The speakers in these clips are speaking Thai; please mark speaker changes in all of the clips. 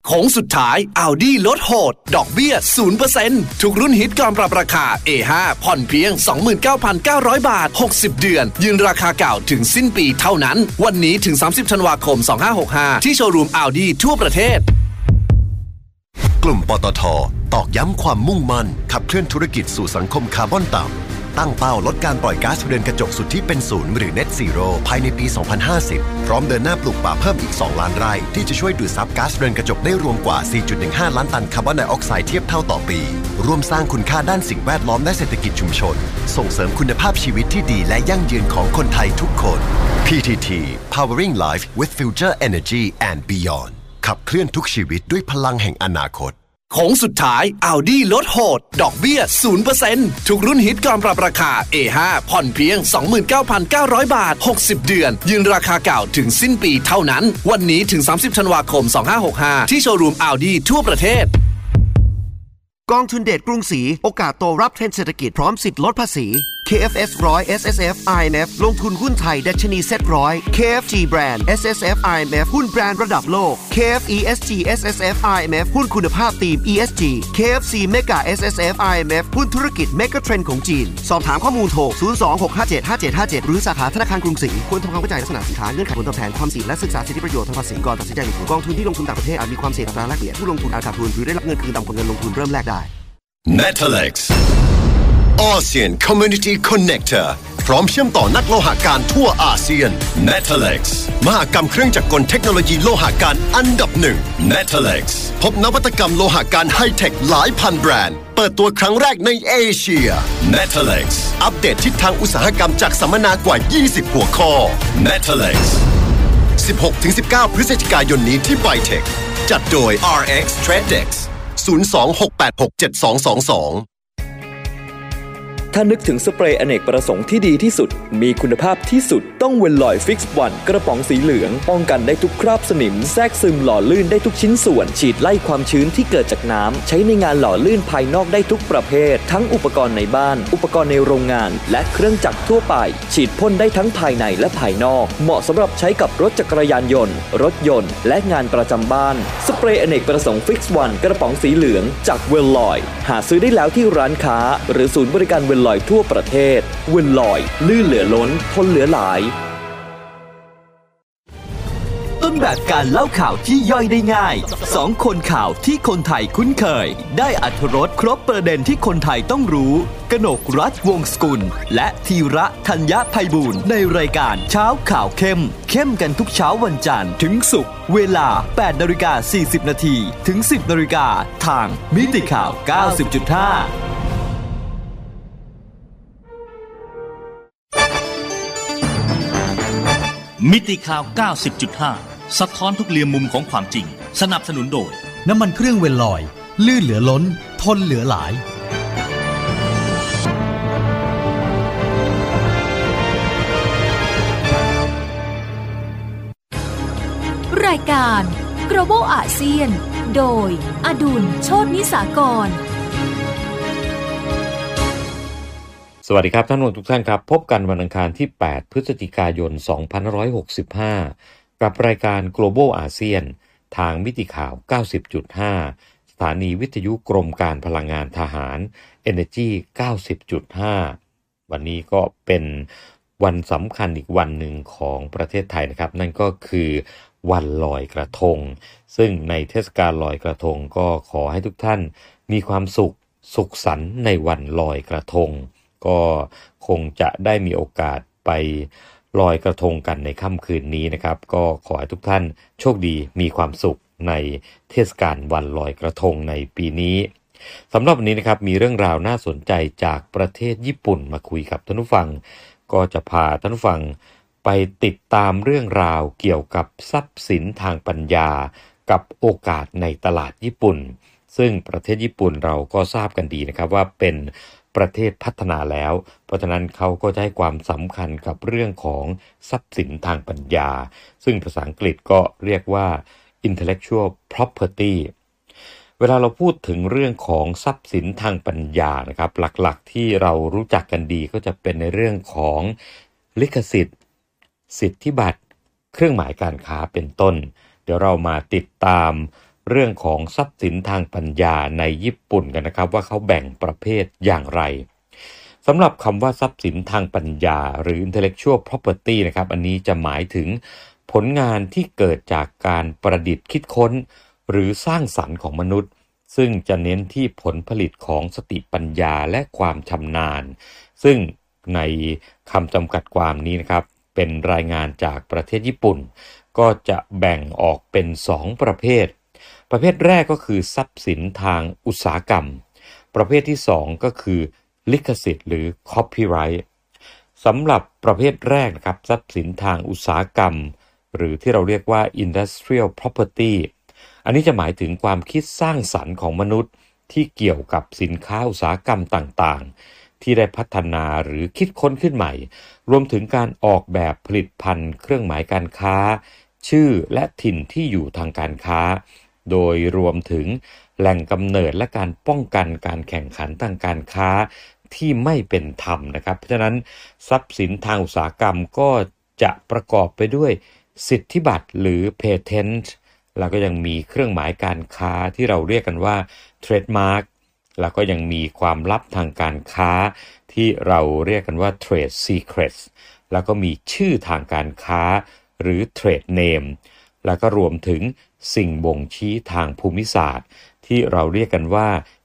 Speaker 1: โค้งสุดท้าย Audi ลดโหดดอกเบี้ย 0% ทุกรุ่นฮิตก่อนปรับราคา A5 ผ่อนเพียง 29,900 บาท 60 เดือนยืนราคาเก่าถึงสิ้นปีเท่านั้นวันนี้ถึง30ธันวาคม2565ที่โชว์รูม Audi ทั่วประเทศ
Speaker 2: กลุ่มปตท.ตอกย้ำความมุ่งมั่นขับเคลื่อนธุรกิจสู่สังคมคาร์บอนต่ำตั้งเป้าลดการปล่อยก๊าซเรือนกระจกสุทธิเป็นศูนย์หรือ Net Zero ภายในปี 2050 พร้อมเดินหน้าปลูกป่าเพิ่มอีก 2 ล้านไร่ที่จะช่วยดูดซับก๊าซเรือนกระจกได้รวมกว่า 4.15 ล้านตันคาร์บอนไดออกไซด์เทียบเท่าต่อปีร่วมสร้างคุณค่าด้านสิ่งแวดล้อมและเศรษฐกิจชุมชนส่งเสริมคุณภาพชีวิตที่ดีและยั่งยืนของคนไทยทุกคน PTT Powering Life with Future Energy and Beyond ขับเคลื่อนทุกชีวิตด้วยพลังแห่งอนาคต
Speaker 1: โค้งสุดท้าย Audi ลดโหดดอกเบี้ย 0% ทุกรุ่นฮิตก่อนปรับราคา A5 ผ่อนเพียง 29,900 บาท 60 เดือนยืนราคาเก่าถึงสิ้นปีเท่านั้นวันนี้ถึง30ธันวาคม2565ที่โชว์รูม Audi ทั่วประเทศ
Speaker 3: กองทุนเดชกรุงศรีโอกาสโตรับเทรนด์เศรษฐกิจพร้อมสิทธิ์ลดภาษี KFS 100 SSF IMF ลงทุนหุ้นไทยดัชนีเซ็ต100 KFG Brand SSF IMF หุ้นแบรนด์ระดับโลก KFESG SSF IMF หุ้นคุณภาพธีม ESG KFC Mega SSF IMF หุ้นธุรกิจเมกะเทรนด์ของจีนสอบถามข้อมูลโทร 026575757 หรือสาขาธนาคารกรุงศรีควรทำความเข้าใจลักษณะสินค้าเงื่อนไขผลตอบแทนความเสี่ยงและศึกษาสิทธิประโยชน์ทางภาษีก่อนตัดสินใจลงทุนกองทุนที่ลงทุนต่างประเทศอาจมีความเสี่ยงอัตราแลกเปลี่ยนผู้ลงทุนอาจขาดทุนหรือได้รับเงินคืนต่ำกว่าเงินลงทุนเริ่มแรกได้
Speaker 2: Metalex ASEAN Community Connector พร้อมเชื่อมต่อนักโลหะการทั่วอาเซียน Metalex มหกรรมเครื่องจักรกลเทคโนโลยีโลหะการอันดับหนึ่ง Metalex พบนวัตกรรมโลหะการไฮเทคหลายพันแบรนด์เปิดตัวครั้งแรกในเอเชีย Metalex อัปเดตทิศทางอุตสาหกรรมจากสัมมนากว่า 20 หัวข้อ Metalex 16-19 พฤศจิกายนนี้ที่ไบเทคจัดโดย RX Tradex 026867222
Speaker 4: ถ้านึกถึงสเปรย์อเนกประสงค์ที่ดีที่สุดมีคุณภาพที่สุดต้องเวลลอยฟิกซ์วันกระป๋องสีเหลืองป้องกันได้ทุกคราบสนิมแทรกซึมหล่อลื่นได้ทุกชิ้นส่วนฉีดไล่ความชื้นที่เกิดจากน้ำใช้ในงานหล่อลื่นภายนอกได้ทุกประเภททั้งอุปกรณ์ในบ้านอุปกรณ์ในโรงงานและเครื่องจักรทั่วไปฉีดพ่นได้ทั้งภายในและภายนอกเหมาะสำหรับใช้กับรถจักรยานยนต์รถยนต์และงานประจำบ้านสเปรย์อเนกประสงค์ฟิกซ์วันกระป๋องสีเหลืองจากเวลลอยหาซื้อได้แล้วที่ร้านค้าหรือศูนย์บริการเวลลอยทั่วประเทศเวลลอยลื่นเหลือล้นทนเหลือหลายต้นแบบการเล่าข่าวที่ย่อยได้ง่าย2คนข่าวที่คนไทยคุ้นเคยได้อรรถรสครบประเด็นที่คนไทยต้องรู้กนกรัตน์วงศ์สกุลและธีระธัญญไพบูลย์ในรายการเช้าข่าวเข้มกันทุกเช้าวันจันทร์ถึงศุกร์เวลา 8:40 น.ถึง 10:00 น.ทางมิติข่าว 90.5
Speaker 5: มิติข่าว 90.5 สะท้อนทุกเหลี่ยมมุมของความจริงสนับสนุนโดย
Speaker 6: น้ำมันเครื่องเวลลอยลื่นเหลือล้นทนเหลือหลาย
Speaker 7: รายการ Global ASEAN โดยอดุลโชตินิสากร
Speaker 8: สวัสดีครับท่านผู้ชมทุกท่านครับพบกันวันอังคารที่8พฤศจิกายน2565กับรายการ Global ASEAN ทางมิติข่าว 90.5 สถานีวิทยุกรมการพลังงานทหาร Energy 90.5 วันนี้ก็เป็นวันสำคัญอีกวันหนึ่งของประเทศไทยนะครับนั่นก็คือวันลอยกระทงซึ่งในเทศกาลลอยกระทงก็ขอให้ทุกท่านมีความสุขสันต์ในวันลอยกระทงก็คงจะได้มีโอกาสไปลอยกระทงกันในค่ำคืนนี้นะครับก็ขอให้ทุกท่านโชคดีมีความสุขในเทศกาลวันลอยกระทงในปีนี้สำหรับวันนี้นะครับมีเรื่องราวน่าสนใจจากประเทศญี่ปุ่นมาคุยกับท่านผู้ฟังก็จะพาท่านผู้ฟังไปติดตามเรื่องราวเกี่ยวกับทรัพย์สินทางปัญญากับโอกาสในตลาดญี่ปุ่นซึ่งประเทศญี่ปุ่นเราก็ทราบกันดีนะครับว่าเป็นประเทศพัฒนาแล้วเพราะฉะนั้นเขาก็จะให้ความสำคัญกับเรื่องของทรัพย์สินทางปัญญาซึ่งภาษาอังกฤษก็เรียกว่า intellectual property เวลาเราพูดถึงเรื่องของทรัพย์สินทางปัญญานะครับหลักๆที่เรารู้จักกันดีก็จะเป็นในเรื่องของลิขสิทธิ์สิทธิบัตรเครื่องหมายการค้าเป็นต้นเดี๋ยวเรามาติดตามเรื่องของทรัพย์สินทางปัญญาในญี่ปุ่นกันนะครับว่าเขาแบ่งประเภทอย่างไรสำหรับคำว่าทรัพย์สินทางปัญญาหรือ intellectual property นะครับอันนี้จะหมายถึงผลงานที่เกิดจากการประดิษฐ์คิดค้นหรือสร้างสรรค์ของมนุษย์ซึ่งจะเน้นที่ผลผลิตของสติปัญญาและความชำนาญซึ่งในคำจำกัดความนี้นะครับเป็นรายงานจากประเทศญี่ปุ่นก็จะแบ่งออกเป็น2ประเภทประเภทแรกก็คือทรัพย์สินทางอุตสาหกรรมประเภทที่2ก็คือลิขสิทธิ์หรือ copyright สำหรับประเภทแรกนะครับทรัพย์สินทางอุตสาหกรรมหรือที่เราเรียกว่า industrial property อันนี้จะหมายถึงความคิดสร้างสรรค์ของมนุษย์ที่เกี่ยวกับสินค้าอุตสาหกรรมต่างๆที่ได้พัฒนาหรือคิดค้นขึ้นใหม่รวมถึงการออกแบบผลิตภัณฑ์เครื่องหมายการค้าชื่อและถิ่นที่อยู่ทางการค้าโดยรวมถึงแหล่งกำเนิดและการป้องกันการแข่งขันทางการค้าที่ไม่เป็นธรรมนะครับเพราะฉะนั้นทรัพย์สินทางอุตสาหกรรมก็จะประกอบไปด้วยสิทธิบัตรหรือ patent แล้วก็ยังมีเครื่องหมายการค้าที่เราเรียกกันว่า trademark แล้วก็ยังมีความลับทางการค้าที่เราเรียกกันว่า trade secrets แล้วก็มีชื่อทางการค้าหรือ trade name แล้วก็รวมถึงสิ่งบ่งชี้ทางภูมิศาสตร์ที่เราเรียกกันว่า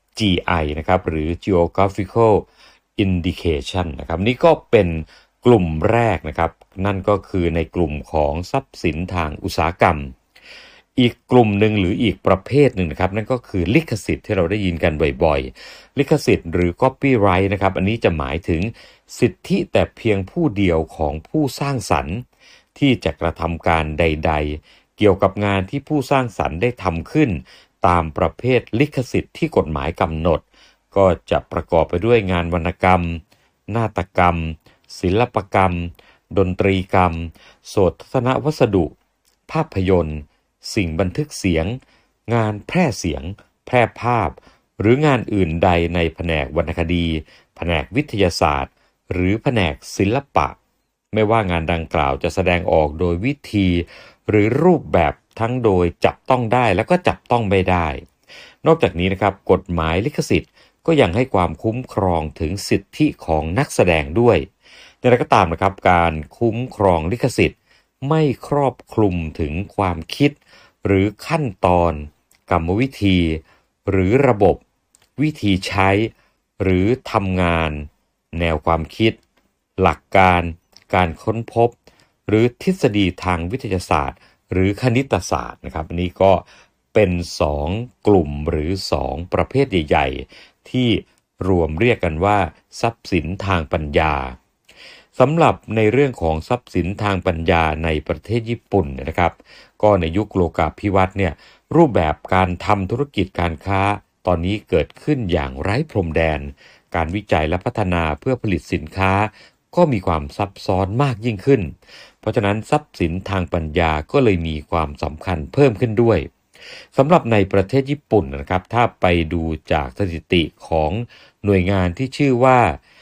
Speaker 8: GI นะครับหรือ Geographical Indication นะครับนี่ก็เป็นกลุ่มแรกนะครับนั่นก็คือในกลุ่มของทรัพย์สินทางอุตสาหกรรมอีกกลุ่มหนึ่งหรืออีกประเภทหนึ่งนะครับนั่นก็คือลิขสิทธิ์ที่เราได้ยินกันบ่อยๆลิขสิทธิ์หรือ copyright นะครับอันนี้จะหมายถึงสิทธิแต่เพียงผู้เดียวของผู้สร้างสรรค์ที่จะกระทำการใดๆเกี่ยวกับงานที่ผู้สร้างสรรค์ได้ทำขึ้นตามประเภทลิขสิทธิ์ที่กฎหมายกำหนดก็จะประกอบไปด้วยงานวรรณกรรมนาฏกรรมศิลปกรรมดนตรีกรรมโสตทัศนวัสดุภาพยนตร์สิ่งบันทึกเสียงงานแพร่เสียงแพร่ภาพหรืองานอื่นใดในแผนกวรรณคดีแผนกวิทยาศาสตร์หรือแผนกศิลปะไม่ว่างานดังกล่าวจะแสดงออกโดยวิธีหรือรูปแบบทั้งโดยจับต้องได้และก็จับต้องไม่ได้นอกจากนี้นะครับกฎหมายลิขสิทธิ์ก็ยังให้ความคุ้มครองถึงสิทธิของนักแสดงด้วยอย่างไรก็ตามนะครับการคุ้มครองลิขสิทธิ์ไม่ครอบคลุมถึงความคิดหรือขั้นตอนกรรมวิธีหรือระบบวิธีใช้หรือทำงานแนวความคิดหลักการการค้นพบหรือทฤษฎีทางวิทยาศาสตร์หรือคณิตศาสตร์นะครับอันนี้ก็เป็น2กลุ่มหรือ2ประเภทใหญ่ๆที่รวมเรียกกันว่าทรัพย์สินทางปัญญาสำหรับในเรื่องของทรัพย์สินทางปัญญาในประเทศญี่ปุ่นนะครับก็ในยุคโลกาภิวัตน์เนี่ยรูปแบบการทำธุรกิจการค้าตอนนี้เกิดขึ้นอย่างไร้พรมแดนการวิจัยและพัฒนาเพื่อผลิตสินค้าก็มีความซับซ้อนมากยิ่งขึ้นเพราะฉะนั้นทรัพย์สินทางปัญญาก็เลยมีความสำคัญเพิ่มขึ้นด้วยสำหรับในประเทศญี่ปุ่นนะครับถ้าไปดูจากสถิติของหน่วยงานที่ชื่อว่า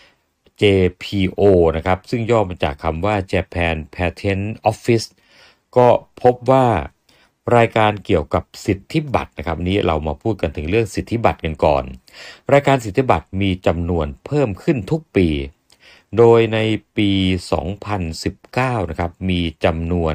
Speaker 8: JPO นะครับซึ่งย่อมาจากคำว่า Japan Patent Office ก็พบว่ารายการเกี่ยวกับสิทธิบัตรนะครับนี้เรามาพูดกันถึงเรื่องสิทธิบัตรกันก่อนรายการสิทธิบัตรมีจำนวนเพิ่มขึ้นทุกปีโดยในปี 2019 นะครับมีจำนวน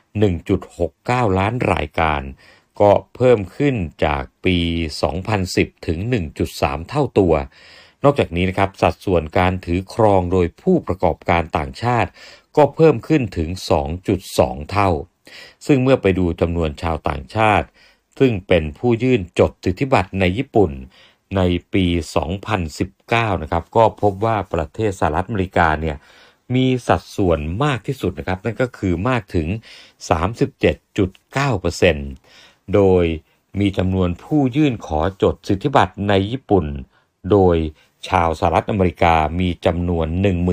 Speaker 8: 1.69 ล้านรายการก็เพิ่มขึ้นจากปี 2010 ถึง 1.3 เท่าตัวนอกจากนี้นะครับสัดส่วนการถือครองโดยผู้ประกอบการต่างชาติก็เพิ่มขึ้นถึง 2.2 เท่าซึ่งเมื่อไปดูจำนวนชาวต่างชาติซึ่งเป็นผู้ยื่นจดสิทธิบัตรในญี่ปุ่นในปี 2019 นะครับก็พบว่าประเทศสหรัฐอเมริกาเนี่ยมีสัดส่วนมากที่สุดนะครับนั่นก็คือมากถึง 37.9% โดยมีจำนวนผู้ยื่นขอจดสิทธิบัตรในญี่ปุ่นโดยชาวสหรัฐอเมริกามีจำนวน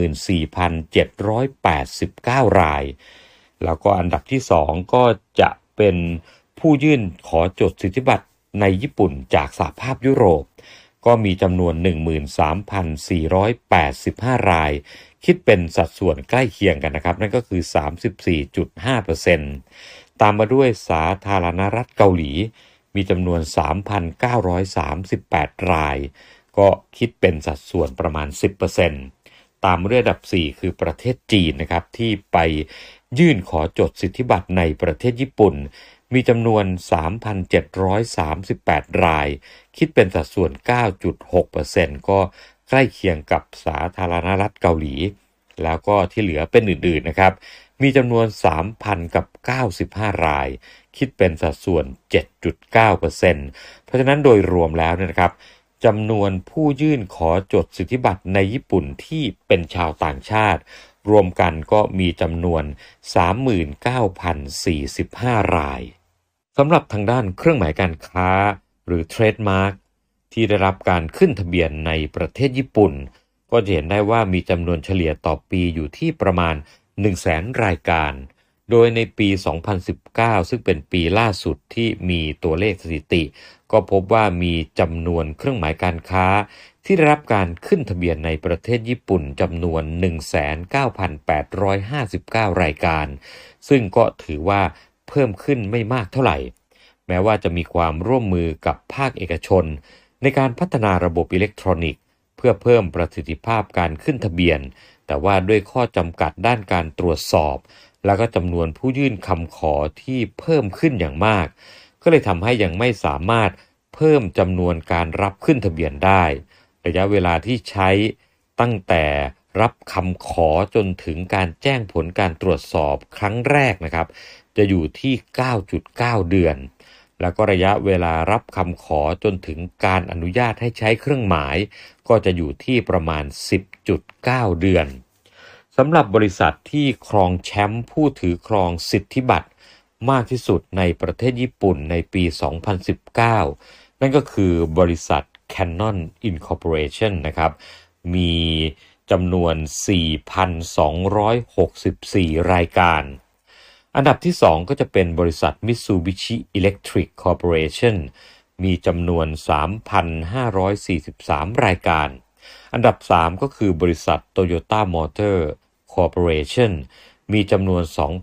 Speaker 8: 14,789 รายแล้วก็อันดับที่2ก็จะเป็นผู้ยื่นขอจดสิทธิบัตรในญี่ปุ่นจากสหภาพยุโรปก็มีจำนวน 13,485 รายคิดเป็นสัดส่วนใกล้เคียงกันนะครับนั่นก็คือ 34.5% ตามมาด้วยสาธารณรัฐเกาหลีมีจำนวน 3,938 รายก็คิดเป็นสัดส่วนประมาณ 10%ตามด้วยอันดับ4คือประเทศจีนนะครับที่ไปยื่นขอจดสิทธิบัตรในประเทศญี่ปุ่นมีจำนวน 3,738 รายคิดเป็นสัดส่วน 9.6% ก็ใกล้เคียงกับสาธารณรัฐเกาหลีแล้วก็ที่เหลือเป็นอื่นๆนะครับมีจำนวน 3,095 รายคิดเป็นสัดส่วน 7.9% เพราะฉะนั้นโดยรวมแล้วนะครับจำนวนผู้ยื่นขอจดสิทธิบัตรในญี่ปุ่นที่เป็นชาวต่างชาติรวมกันก็มีจำนวน 39,045 รายสำหรับทางด้านเครื่องหมายการค้าหรือเทรดมาร์คที่ได้รับการขึ้นทะเบียนในประเทศญี่ปุ่นก็จะเห็นได้ว่ามีจำนวนเฉลี่ยต่อปีอยู่ที่ประมาณ 100,000 รายการโดยในปี 2019 ซึ่งเป็นปีล่าสุดที่มีตัวเลขสถิติก็พบว่ามีจำนวนเครื่องหมายการค้าที่ได้รับการขึ้นทะเบียนในประเทศญี่ปุ่นจำนวน 19,859 รายการซึ่งก็ถือว่าเพิ่มขึ้นไม่มากเท่าไหร่แม้ว่าจะมีความร่วมมือกับภาคเอกชนในการพัฒนาระบบอิเล็กทรอนิกส์เพื่อเพิ่มประสิทธิภาพการขึ้นทะเบียนแต่ว่าด้วยข้อจำกัดด้านการตรวจสอบแล้วก็จำนวนผู้ยื่นคำขอที่เพิ่มขึ้นอย่างมากก็เลยทำให้ยังไม่สามารถเพิ่มจำนวนการรับขึ้นทะเบียนได้ระยะเวลาที่ใช้ตั้งแต่รับคำขอจนถึงการแจ้งผลการตรวจสอบครั้งแรกนะครับจะอยู่ที่ 9.9 เดือนแล้วก็ระยะเวลารับคำขอจนถึงการอนุญาตให้ใช้เครื่องหมายก็จะอยู่ที่ประมาณ 10.9 เดือนสำหรับบริษัทที่ครองแชมป์ผู้ถือครองสิทธิบัตรมากที่สุดในประเทศญี่ปุ่นในปี 2019 นั่นก็คือบริษัท Canon Incorporation นะครับมีจำนวน 4,264 รายการอันดับที่2ก็จะเป็นบริษัท Mitsubishi Electric Corporation มีจำนวน 3,543 รายการอันดับ3ก็คือบริษัท Toyota Motor Corporation มีจำนวน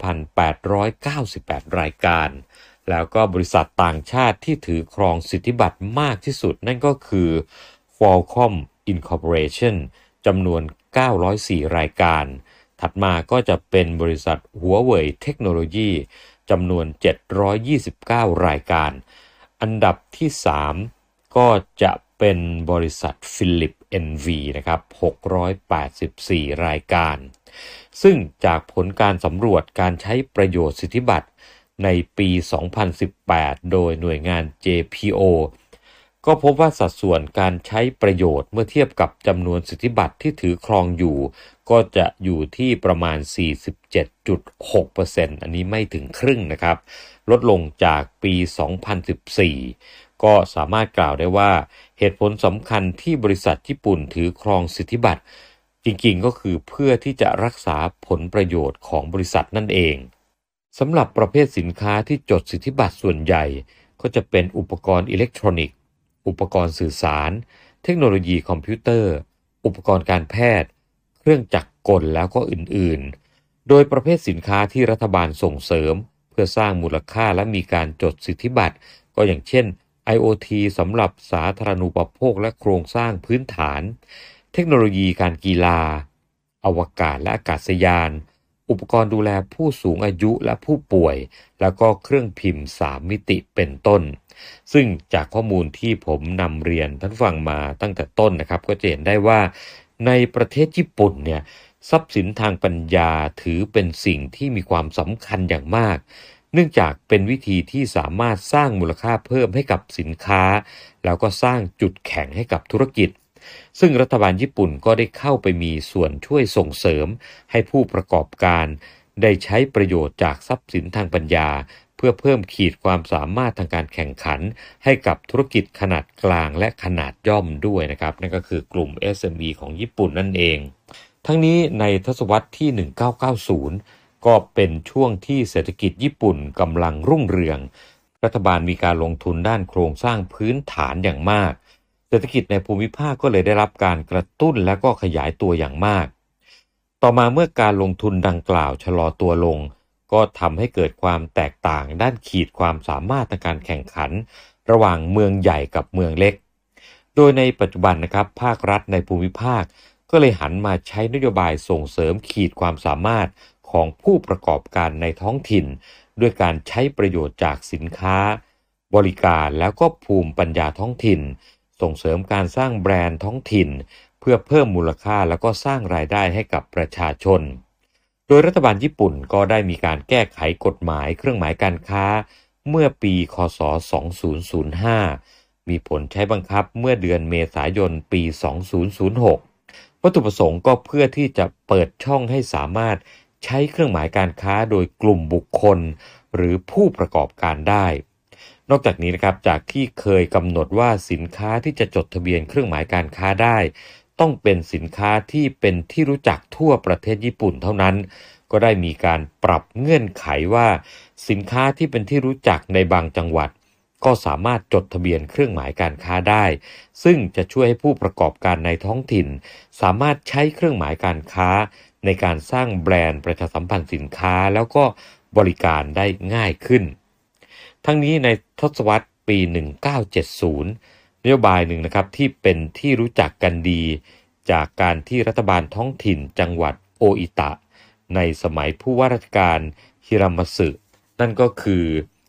Speaker 8: 2,898 รายการแล้วก็บริษัทต่างชาติที่ถือครองสิทธิบัตรมากที่สุดนั่นก็คือ Qualcomm Incorporation จำนวน 904 รายการถัดมาก็จะเป็นบริษัทหัวเว่ยเทคโนโลยีจำนวน729รายการอันดับที่3ก็จะเป็นบริษัท Philips NV นะครับ684รายการซึ่งจากผลการสำรวจการใช้ประโยชน์สิทธิบัตรในปี 2018 โดยหน่วยงาน JPO ก็พบว่าสัดส่วนการใช้ประโยชน์เมื่อเทียบกับจำนวนสิทธิบัตรที่ถือครองอยู่ก็จะอยู่ที่ประมาณ 47.6% อันนี้ไม่ถึงครึ่งนะครับลดลงจากปี 2014 ก็สามารถกล่าวได้ว่าเหตุผลสำคัญที่บริษัทญี่ปุ่นถือครองสิทธิบัตรจริงๆก็คือเพื่อที่จะรักษาผลประโยชน์ของบริษัทนั่นเองสำหรับประเภทสินค้าที่จดสิทธิบัตรส่วนใหญ่ก็จะเป็นอุปกรณ์อิเล็กทรอนิกส์อุปกรณ์สื่อสารเทคโนโลยีคอมพิวเตอร์อุปกรณ์การแพทย์เครื่องจักรกลแล้วก็อื่นๆโดยประเภทสินค้าที่รัฐบาลส่งเสริมเพื่อสร้างมูลค่าและมีการจดสิทธิบัตรก็อย่างเช่น IoT สำหรับสาธารณูปโภคและโครงสร้างพื้นฐานเทคโนโลยีการกีฬาอวกาศและอากาศยานอุปกรณ์ดูแลผู้สูงอายุและผู้ป่วยแล้วก็เครื่องพิมพ์3มิติเป็นต้นซึ่งจากข้อมูลที่ผมนำเรียนท่านฟังมาตั้งแต่ต้นนะครับก็จะเห็นได้ว่าในประเทศญี่ปุ่นเนี่ยทรัพย์สินทางปัญญาถือเป็นสิ่งที่มีความสำคัญอย่างมากเนื่องจากเป็นวิธีที่สามารถสร้างมูลค่าเพิ่มให้กับสินค้าแล้วก็สร้างจุดแข็งให้กับธุรกิจซึ่งรัฐบาลญี่ปุ่นก็ได้เข้าไปมีส่วนช่วยส่งเสริมให้ผู้ประกอบการได้ใช้ประโยชน์จากทรัพย์สินทางปัญญาเพื่อเพิ่มขีดความสามารถทางการแข่งขันให้กับธุรกิจขนาดกลางและขนาดย่อมด้วยนะครับนั่นก็คือกลุ่ม SME ของญี่ปุ่นนั่นเองทั้งนี้ในทศวรรษที่ 1990 ก็เป็นช่วงที่เศรษฐกิจญี่ปุ่นกำลังรุ่งเรืองรัฐบาลมีการลงทุนด้านโครงสร้างพื้นฐานอย่างมากเศรษฐกิจในภูมิภาคก็เลยได้รับการกระตุ้นและก็ขยายตัวอย่างมากต่อมาเมื่อการลงทุนดังกล่าวชะลอตัวลงก็ทำให้เกิดความแตกต่างด้านขีดความสามารถในการแข่งขันระหว่างเมืองใหญ่กับเมืองเล็กโดยในปัจจุบันนะครับภาครัฐในภูมิภาคก็เลยหันมาใช้นโยบายส่งเสริมขีดความสามารถของผู้ประกอบการในท้องถิ่นด้วยการใช้ประโยชน์จากสินค้าบริการแล้วก็ภูมิปัญญาท้องถิ่นส่งเสริมการสร้างแบรนด์ท้องถิ่นเพื่อเพิ่มมูลค่าแล้วก็สร้างรายได้ให้กับประชาชนโดยรัฐบาลญี่ปุ่นก็ได้มีการแก้ไขกฎหมายเครื่องหมายการค้าเมื่อปีคศ2005มีผลใช้บังคับเมื่อเดือนเมษายนปี2006วัตถุประสงค์ก็เพื่อที่จะเปิดช่องให้สามารถใช้เครื่องหมายการค้าโดยกลุ่มบุคคลหรือผู้ประกอบการได้นอกจากนี้นะครับจากที่เคยกำหนดว่าสินค้าที่จะจดทะเบียนเครื่องหมายการค้าได้ต้องเป็นสินค้าที่เป็นที่รู้จักทั่วประเทศญี่ปุ่นเท่านั้นก็ได้มีการปรับเงื่อนไขว่าสินค้าที่เป็นที่รู้จักในบางจังหวัดก็สามารถจดทะเบียนเครื่องหมายการค้าได้ซึ่งจะช่วยให้ผู้ประกอบการในท้องถิ่นสามารถใช้เครื่องหมายการค้าในการสร้างแบรนด์ประชาสัมพันธ์สินค้าแล้วก็บริการได้ง่ายขึ้นทั้งนี้ในทศวรรษปี 1970 นโยบายหนึ่งนะครับที่เป็นที่รู้จักกันดีจากการที่รัฐบาลท้องถิ่นจังหวัดโออิตะในสมัยผู้ว่าราชการฮิรามาสึนั่นก็คือ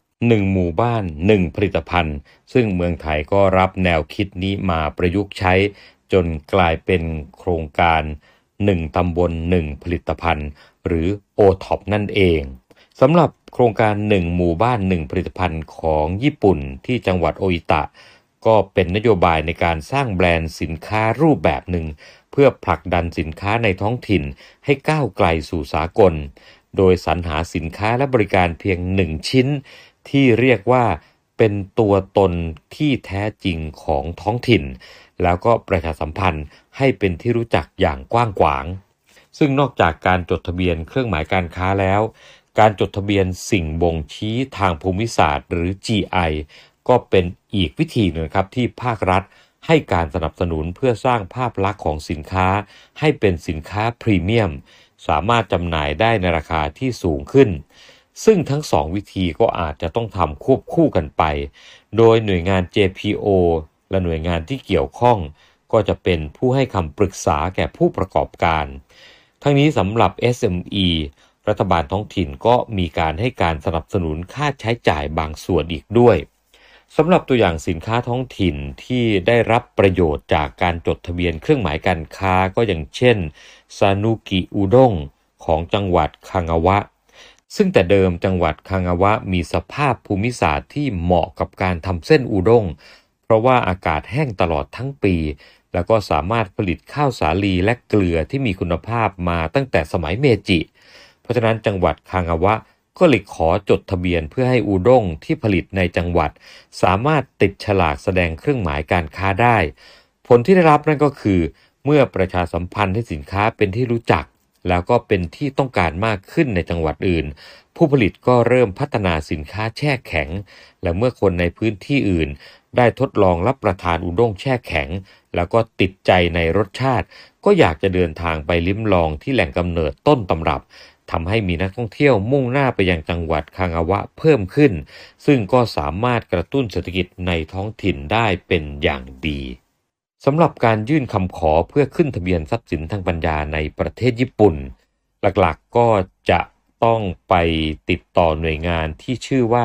Speaker 8: 1หมู่บ้าน1ผลิตภัณฑ์ซึ่งเมืองไทยก็รับแนวคิดนี้มาประยุกต์ใช้จนกลายเป็นโครงการ1ตำบล1ผลิตภัณฑ์หรือ OTOP นั่นเองสำหรับโครงการ1หมู่บ้าน1ผลิตภัณฑ์ของญี่ปุ่นที่จังหวัดโออิตะก็เป็นนโยบายในการสร้างแบรนด์สินค้ารูปแบบหนึ่งเพื่อผลักดันสินค้าในท้องถิ่นให้ก้าวไกลสู่สากลโดยสรรหาสินค้าและบริการเพียง1ชิ้นที่เรียกว่าเป็นตัวตนที่แท้จริงของท้องถิ่นแล้วก็ประชาสัมพันธ์ให้เป็นที่รู้จักอย่างกว้างขวางซึ่งนอกจากการจดทะเบียนเครื่องหมายการค้าแล้วการจดทะเบียนสิ่งบ่งชี้ทางภูมิศาสตร์หรือ GI ก็เป็นอีกวิธีหนึ่งครับที่ภาครัฐให้การสนับสนุนเพื่อสร้างภาพลักษณ์ของสินค้าให้เป็นสินค้าพรีเมียมสามารถจำหน่ายได้ในราคาที่สูงขึ้นซึ่งทั้งสองวิธีก็อาจจะต้องทำควบคู่กันไปโดยหน่วยงาน JPO และหน่วยงานที่เกี่ยวข้องก็จะเป็นผู้ให้คำปรึกษาแก่ผู้ประกอบการทั้งนี้สำหรับ SME รัฐบาลท้องถิ่นก็มีการให้การสนับสนุนค่าใช้จ่ายบางส่วนอีกด้วยสำหรับตัวอย่างสินค้าท้องถิ่นที่ได้รับประโยชน์จากการจดทะเบียนเครื่องหมายการค้าก็อย่างเช่นซานุกิอุด้งของจังหวัดคางาวะซึ่งแต่เดิมจังหวัดคางาวะมีสภาพภูมิศาสตร์ที่เหมาะกับการทำเส้นอุด้งเพราะว่าอากาศแห้งตลอดทั้งปีแล้วก็สามารถผลิตข้าวสาลีและเกลือที่มีคุณภาพมาตั้งแต่สมัยเมจิเพราะฉะนั้นจังหวัดคางาวะก็เลยขอจดทะเบียนเพื่อให้อุด้งที่ผลิตในจังหวัดสามารถติดฉลากแสดงเครื่องหมายการค้าได้ผลที่ได้รับนั่นก็คือเมื่อประชาสัมพันธ์ให้สินค้าเป็นที่รู้จักแล้วก็เป็นที่ต้องการมากขึ้นในจังหวัดอื่นผู้ผลิตก็เริ่มพัฒนาสินค้าแช่แข็งและเมื่อคนในพื้นที่อื่นได้ทดลองรับประทานอุด้งแช่แข็งแล้วก็ติดใจในรสชาติก็อยากจะเดินทางไปลิ้มลองที่แหล่งกำเนิดต้นตำรับทำให้มีนักท่องเที่ยวมุ่งหน้าไปยังจังหวัดคางาวะเพิ่มขึ้นซึ่งก็สามารถกระตุ้นเศรษฐกิจในท้องถิ่นได้เป็นอย่างดีสำหรับการยื่นคำขอเพื่อขึ้นทะเบียนทรัพย์สินทางปัญญาในประเทศญี่ปุ่นหลักๆก็จะต้องไปติดต่อหน่วยงานที่ชื่อว่า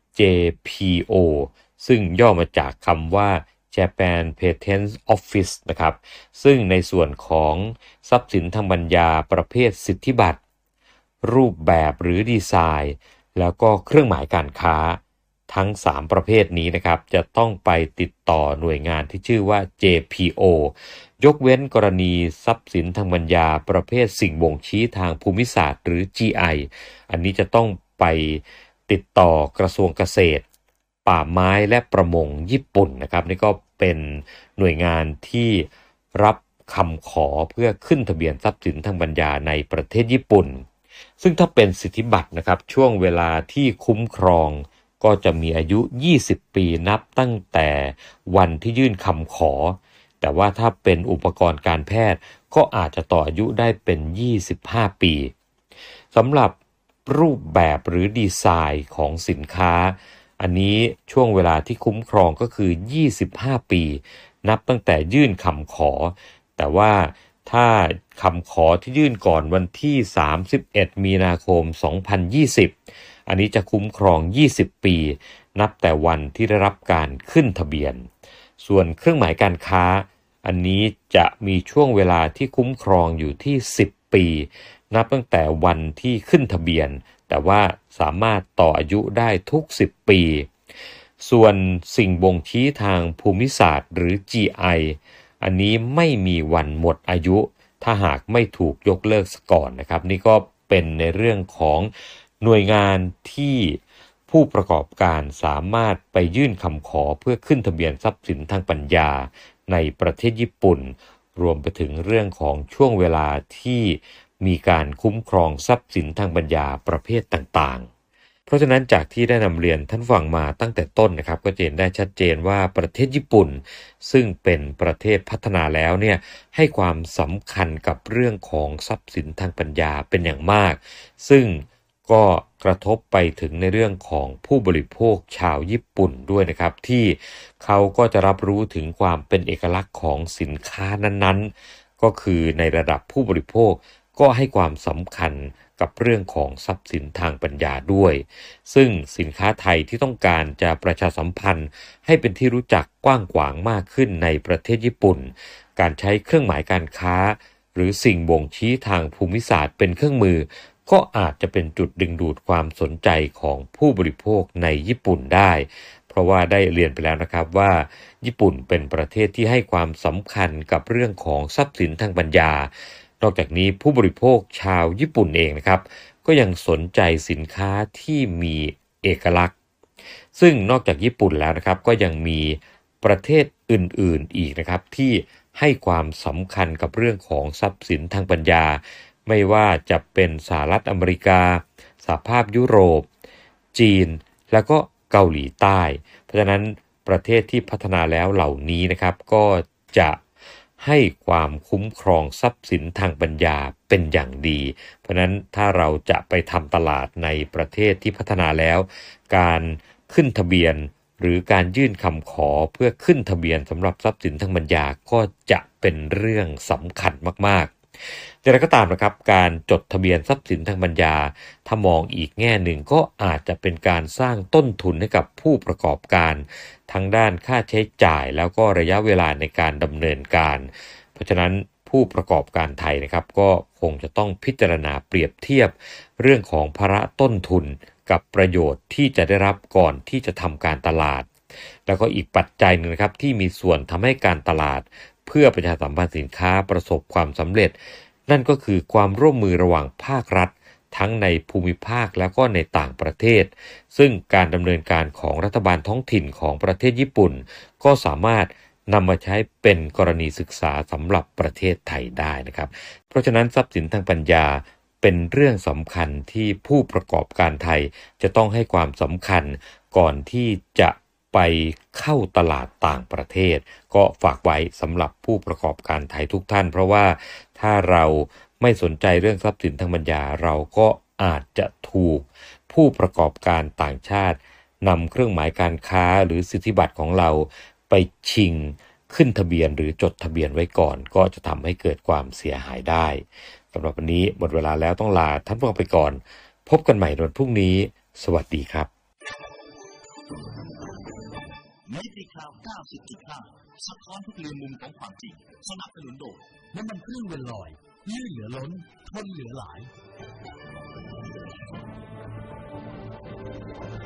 Speaker 8: JPO ซึ่งย่อมาจากคำว่า Japan Patent Office นะครับซึ่งในส่วนของทรัพย์สินทางปัญญาประเภทสิทธิบัตรรูปแบบหรือดีไซน์แล้วก็เครื่องหมายการค้าทั้ง3ประเภทนี้นะครับจะต้องไปติดต่อหน่วยงานที่ชื่อว่า JPO ยกเว้นกรณีทรัพย์สินทางปัญญาประเภทสิ่งบ่งชี้ทางภูมิศาสตร์หรือ GI อันนี้จะต้องไปติดต่อกระทรวงเกษตรป่าไม้และประมงญี่ปุ่นนะครับนี่ก็เป็นหน่วยงานที่รับคำขอเพื่อขึ้นทะเบียนทรัพย์สินทางปัญญาในประเทศญี่ปุ่นซึ่งถ้าเป็นสิทธิบัตรนะครับช่วงเวลาที่คุ้มครองก็จะมีอายุ20ปีนับตั้งแต่วันที่ยื่นคำขอแต่ว่าถ้าเป็นอุปกรณ์การแพทย์ก็อาจจะต่ออายุได้เป็น25ปีสำหรับรูปแบบหรือดีไซน์ของสินค้าอันนี้ช่วงเวลาที่คุ้มครองก็คือ25ปีนับตั้งแต่ยื่นคำขอแต่ว่าถ้าคำขอที่ยื่นก่อนวันที่31มีนาคม2020อันนี้จะคุ้มครอง20ปีนับแต่วันที่ได้รับการขึ้นทะเบียนส่วนเครื่องหมายการค้าอันนี้จะมีช่วงเวลาที่คุ้มครองอยู่ที่10ปีนับตั้งแต่วันที่ขึ้นทะเบียนแต่ว่าสามารถต่ออายุได้ทุก10ปีส่วนสิ่งบ่งชี้ทางภูมิศาสตร์หรือ GI อันนี้ไม่มีวันหมดอายุถ้าหากไม่ถูกยกเลิกก่อนนะครับนี่ก็เป็นในเรื่องของหน่วยงานที่ผู้ประกอบการสามารถไปยื่นคำขอเพื่อขึ้นทะเบียนทรัพย์สินทางปัญญาในประเทศญี่ปุ่นรวมไปถึงเรื่องของช่วงเวลาที่มีการคุ้มครองทรัพย์สินทางปัญญาประเภทต่างๆเพราะฉะนั้นจากที่ได้นำเรียนท่านฟังมาตั้งแต่ต้นนะครับก็จะเห็นได้ชัดเจนว่าประเทศญี่ปุ่นซึ่งเป็นประเทศพัฒนาแล้วเนี่ยให้ความสำคัญกับเรื่องของทรัพย์สินทางปัญญาเป็นอย่างมากซึ่งก็กระทบไปถึงในเรื่องของผู้บริโภคชาวญี่ปุ่นด้วยนะครับที่เขาก็จะรับรู้ถึงความเป็นเอกลักษณ์ของสินค้านั้นๆก็คือในระดับผู้บริโภคก็ให้ความสำคัญกับเรื่องของทรัพย์สินทางปัญญาด้วยซึ่งสินค้าไทยที่ต้องการจะประชาสัมพันธ์ให้เป็นที่รู้จักกว้างขวางมากขึ้นในประเทศญี่ปุ่นการใช้เครื่องหมายการค้าหรือสิ่งบ่งชี้ทางภูมิศาสตร์เป็นเครื่องมือก็อาจจะเป็นจุดดึงดูดความสนใจของผู้บริโภคในญี่ปุ่นได้เพราะว่าได้เรียนไปแล้วนะครับว่าญี่ปุ่นเป็นประเทศที่ให้ความสำคัญกับเรื่องของทรัพย์สินทางปัญญานอกจากนี้ผู้บริโภคชาวญี่ปุ่นเองนะครับก็ยังสนใจสินค้าที่มีเอกลักษณ์ซึ่งนอกจากญี่ปุ่นแล้วนะครับก็ยังมีประเทศอื่นๆอีกนะครับที่ให้ความสำคัญกับเรื่องของทรัพย์สินทางปัญญาไม่ว่าจะเป็นสหรัฐอเมริกาสหภาพยุโรปจีนแล้วก็เกาหลีใต้เพราะฉะนั้นประเทศที่พัฒนาแล้วเหล่านี้นะครับก็จะให้ความคุ้มครองทรัพย์สินทางปัญญาเป็นอย่างดีเพราะนั้นถ้าเราจะไปทำตลาดในประเทศที่พัฒนาแล้วการขึ้นทะเบียนหรือการยื่นคำขอเพื่อขึ้นทะเบียนสำหรับทรัพย์สินทางปัญญาก็จะเป็นเรื่องสำคัญมากๆอย่างไรก็ตามนะครับการจดทะเบียนทรัพย์สินทางปัญญาถ้ามองอีกแง่หนึ่งก็อาจจะเป็นการสร้างต้นทุนให้กับผู้ประกอบการทั้งด้านค่าใช้จ่ายแล้วก็ระยะเวลาในการดำเนินการเพราะฉะนั้นผู้ประกอบการไทยนะครับก็คงจะต้องพิจารณาเปรียบเทียบเรื่องของภาระต้นทุนกับประโยชน์ที่จะได้รับก่อนที่จะทำการตลาดแล้วก็อีกปัจจัยนึงนะครับที่มีส่วนทำให้การตลาดเพื่อประชาสัมพันธ์สินค้าประสบความสำเร็จนั่นก็คือความร่วมมือระหว่างภาครัฐทั้งในภูมิภาคแล้วก็ในต่างประเทศซึ่งการดำเนินการของรัฐบาลท้องถิ่นของประเทศญี่ปุ่นก็สามารถนำมาใช้เป็นกรณีศึกษาสำหรับประเทศไทยได้นะครับเพราะฉะนั้นทรัพย์สินทางปัญญาเป็นเรื่องสำคัญที่ผู้ประกอบการไทยจะต้องให้ความสำคัญก่อนที่จะไปเข้าตลาดต่างประเทศก็ฝากไว้สำหรับผู้ประกอบการไทยทุกท่านเพราะว่าถ้าเราไม่สนใจเรื่องทรัพย์สินทางปัญญาเราก็อาจจะถูกผู้ประกอบการต่างชาตินำเครื่องหมายการค้าหรือสิทธิบัตรของเราไปชิงขึ้นทะเบียนหรือจดทะเบียนไว้ก่อนก็จะทำให้เกิดความเสียหายได้สำหรับวันนี้หมดเวลาแล้วต้องลาท่านผู้ฟังไปก่อนพบกันใหม่วันพรุ่งนี้สวัสดีครับ
Speaker 5: มิติข่าว 90.5 สะท้อนทุกเรื่องมุมของความจริงสนับสนุนโดย
Speaker 6: น้ำมันเครื่องเวลลอยลื่นเหลือล้นทนเหลือหลาย